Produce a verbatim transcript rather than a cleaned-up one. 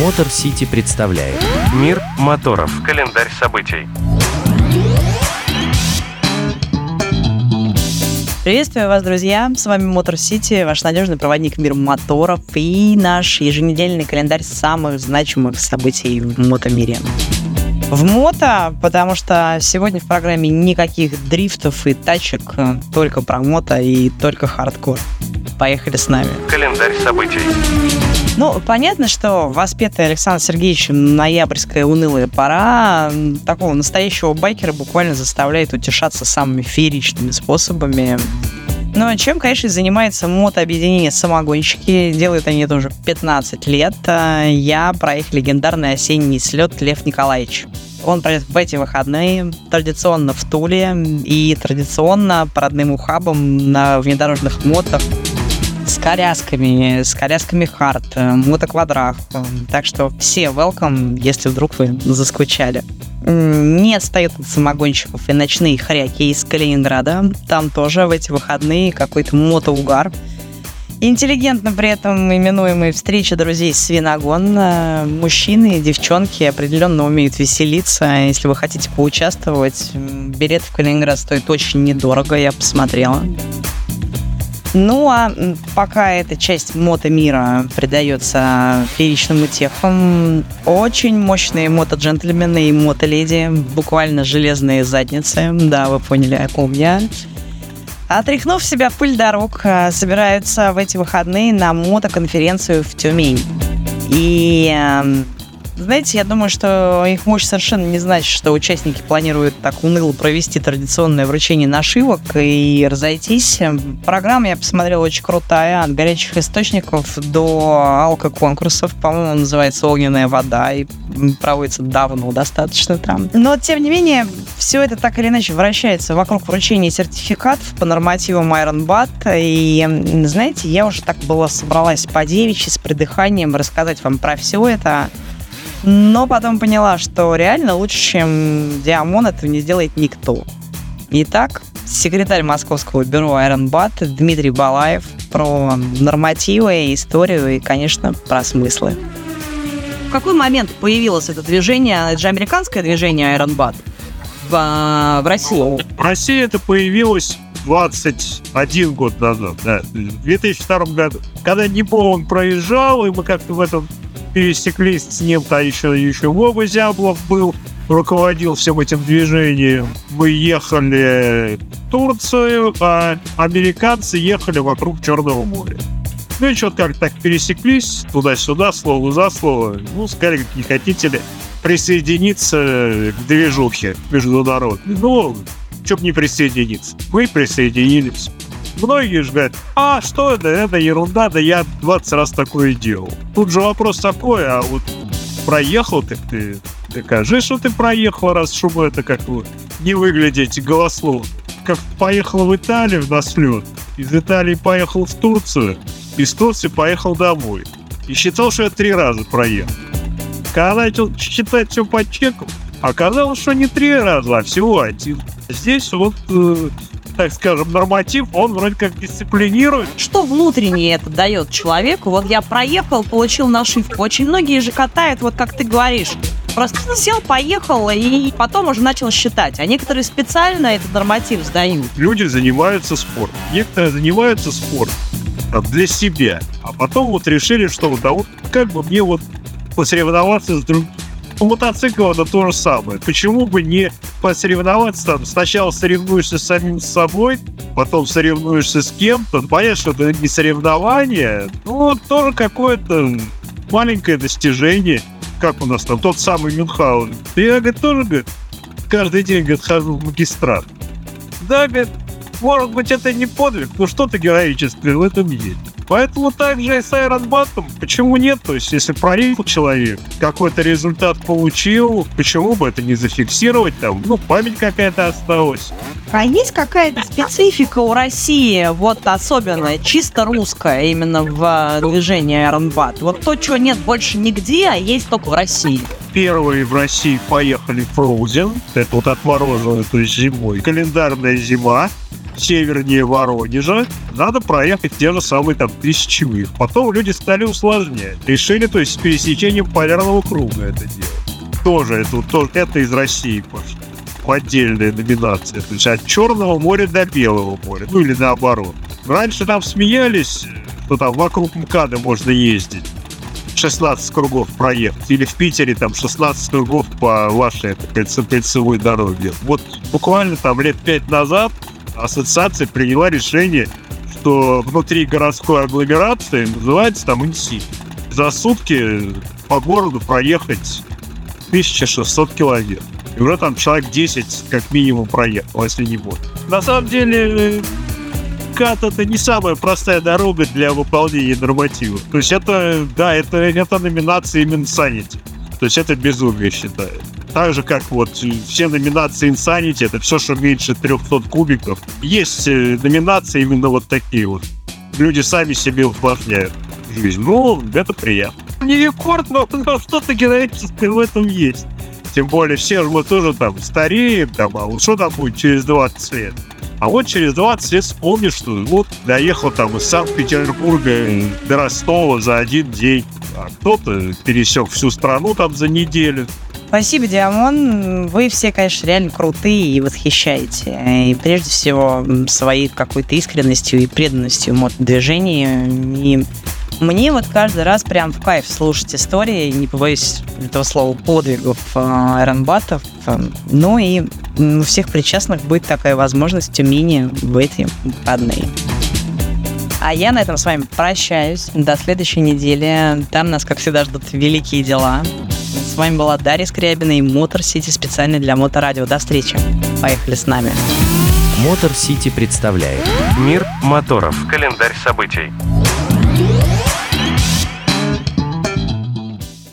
Мотор Сити представляет Мир моторов. Календарь событий. Приветствую вас, друзья! С вами Мотор Сити, ваш надежный проводник в мир моторов и наш еженедельный календарь самых значимых событий в мотомире. В мото, потому что сегодня в программе никаких дрифтов и тачек, только про мото и только хардкор. Поехали с нами. Календарь событий. Ну, понятно, что воспетая Александром Сергеевичем ноябрьская унылая пора такого настоящего байкера буквально заставляет утешаться самыми фееричными способами. Но чем, конечно, занимается мотообъединение «Самогонщики». Делают они это уже пятнадцать лет. Я про их легендарный осенний слет «Лев Николаевич». Он пройдет в эти выходные, традиционно в Туле и традиционно по родным ухабам на внедорожных мотах с колясками, с колясками хард, мотоквадрах. Так что все welcome, если вдруг вы заскучали. Не отстают от самогонщиков и ночные хряки из Калининграда. Там тоже в эти выходные какой-то мотоугар. Интеллигентно при этом именуемые встречи друзей свиногон. Мужчины и девчонки определенно умеют веселиться. Если вы хотите поучаствовать, билет в Калининград стоит очень недорого, я посмотрела. Ну, а пока эта часть мотомира придается фееричным утехам, очень мощные мотоджентльмены и мотоледи, буквально железные задницы, да, вы поняли, о ком я, отряхнув себя пыль дорог, собираются в эти выходные на мотоконференцию в Тюмень. И, знаете, я думаю, что их мощь совершенно не значит, что участники планируют так уныло провести традиционное вручение нашивок и разойтись. Программа, я посмотрела, очень крутая, от горячих источников до алко-конкурсов. По-моему, называется «Огненная вода» и проводится давно достаточно там. Но, тем не менее, все это так или иначе вращается вокруг вручения сертификатов по нормативам Iron Bat. И, знаете, я уже так была собралась по девичьи с придыханием рассказать вам про все это. Но потом поняла, что реально лучше, чем Диамон, этого не сделает никто. Итак, секретарь московского бюро Iron Bat Дмитрий Балаев про нормативы, историю и, конечно, про смыслы. В какой момент появилось это движение, это же американское движение Iron Bat в, в России? В России это появилось двадцать один год назад, да, в две тысячи втором году. Когда Непон проезжал, и мы как-то в этом пересеклись с ним, то еще, еще Вова Зяблов был, руководил всем этим движением. Мы ехали в Турцию, а американцы ехали вокруг Черного моря. Ну и что-то как-то так пересеклись, туда-сюда, слово за слово. Ну, сказали, не хотите ли присоединиться к движухе международной. Ну, чтоб не присоединиться. Мы присоединились. Многие же говорят, а что это, это ерунда, да я двадцать раз такое делал. Тут же вопрос такой, а вот проехал ты, ты докажи, что ты проехал, раз чтобы это как вот не выглядеть голословно. Как поехал в Италию на слет, из Италии поехал в Турцию, из Турции поехал домой. И считал, что я три раза проехал. Когда начал считать все по чеку, оказалось, что не три раза, а всего один. Здесь вот... так скажем, норматив, он вроде как дисциплинирует. Что внутренне это дает человеку? Вот я проехал, получил нашивку. Очень многие же катают, вот как ты говоришь. Просто сел, поехал и потом уже начал считать. А некоторые специально этот норматив сдают. Люди занимаются спортом. Некоторые занимаются спортом для себя. А потом вот решили, что вот, да вот как бы мне вот посоревноваться с другим. По мотоциклу это то же самое. Почему бы не посоревноваться там? Сначала соревнуешься с самим собой, потом соревнуешься с кем-то. Понятно, что это не соревнование, но тоже какое-то маленькое достижение. Как у нас там тот самый Мюнхгаузен. Я, говорит, тоже, говорит, каждый день, говорит, хожу в магистрат. Да, говорит, может быть, это не подвиг, но что-то героическое в этом есть. Поэтому также и с Iron Bat'ом, почему нет? То есть, если проехал человек, какой-то результат получил, почему бы это не зафиксировать там? Ну, память какая-то осталась. А есть какая-то специфика у России, вот особенная, чисто русская, именно в движении Iron Bat? Вот то, чего нет больше нигде, а есть только в России. Первые в России поехали Frozen, это вот отмороженная, то есть зимой, календарная зима. севернее Воронежа, надо проехать те же самые там тысячи миль. Потом люди стали усложнять. Решили, то есть, с пересечением полярного круга это делать. Тоже это, тоже, это из России пошло. Отдельная номинация. То есть от Черного моря до Белого моря. Ну или наоборот. Раньше там смеялись, что там вокруг МКАДа можно ездить. шестнадцать кругов проехать. Или в Питере там шестнадцать кругов по вашей это, кольцевой дороге. Вот буквально там лет пять назад ассоциация приняла решение, что внутри городской агломерации называется там ИНСИ. За сутки по городу проехать тысяча шестьсот километров. И уже там человек десять как минимум проехал, если не больше. На самом деле, КАТ — это не самая простая дорога для выполнения нормативов. То есть это, да, это, это номинация именно Insanity. То есть это безумие, считаю. Так же, как вот все номинации Insanity, это все, что меньше трехсот кубиков. Есть номинации именно вот такие вот. Люди сами себе усложняют жизнь. Ну, это приятно. Не рекорд, но, но что-то героическое в этом есть. Тем более все же мы тоже там стареем, там, а вот что там будет через двадцать лет? А вот через двадцать лет вспомнишь, что вот доехал там из Санкт-Петербурга до Ростова за один день, а кто-то пересек всю страну там за неделю. Спасибо, Диамон. Вы все, конечно, реально крутые и восхищаете. И прежде всего своей какой-то искренностью и преданностью мотодвижению. И мне вот каждый раз прям в кайф слушать истории, не побоюсь этого слова, подвигов айронбатов. Ну и у всех причастных будет такая возможность, умение в эти выходные. А я на этом с вами прощаюсь. До следующей недели. Там нас, как всегда, ждут великие дела. С вами была Дарья Скрябина и Мотор Сити специально для Моторадио. До встречи. Поехали с нами. Мотор Сити представляет Мир моторов. Календарь событий.